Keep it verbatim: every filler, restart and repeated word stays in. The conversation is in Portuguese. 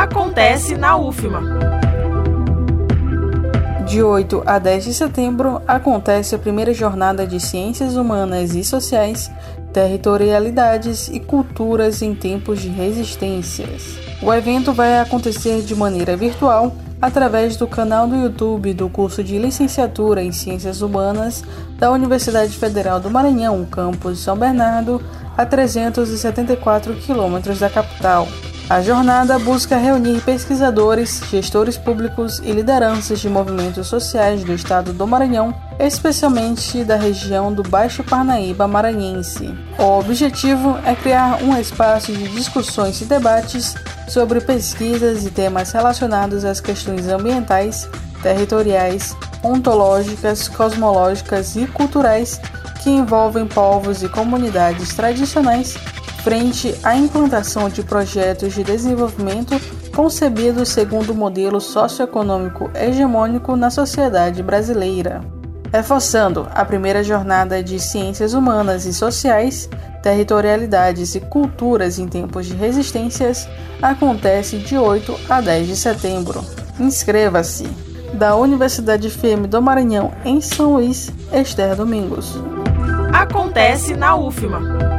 acontece na U F M A. De oito a dez de setembro, acontece a primeira jornada de Ciências Humanas e Sociais, Territorialidades e Culturas em Tempos de Resistências. O evento vai acontecer de maneira virtual, através do canal do YouTube do curso de Licenciatura em Ciências Humanas da Universidade Federal do Maranhão, campus São Bernardo, a trezentos e setenta e quatro quilômetros da capital. A jornada busca reunir pesquisadores, gestores públicos e lideranças de movimentos sociais do estado do Maranhão, especialmente da região do Baixo Parnaíba maranhense. O objetivo é criar um espaço de discussões e debates sobre pesquisas e temas relacionados às questões ambientais, territoriais, ontológicas, cosmológicas e culturais que envolvem povos e comunidades tradicionais, frente à implantação de projetos de desenvolvimento concebidos segundo o modelo socioeconômico hegemônico na sociedade brasileira. Reforçando, a primeira jornada de Ciências Humanas e Sociais, Territorialidades e Culturas em Tempos de Resistências acontece de oito a dez de setembro. Inscreva-se! Da Universidade F M do Maranhão, em São Luís, Esther Domingos. Acontece na U F M A.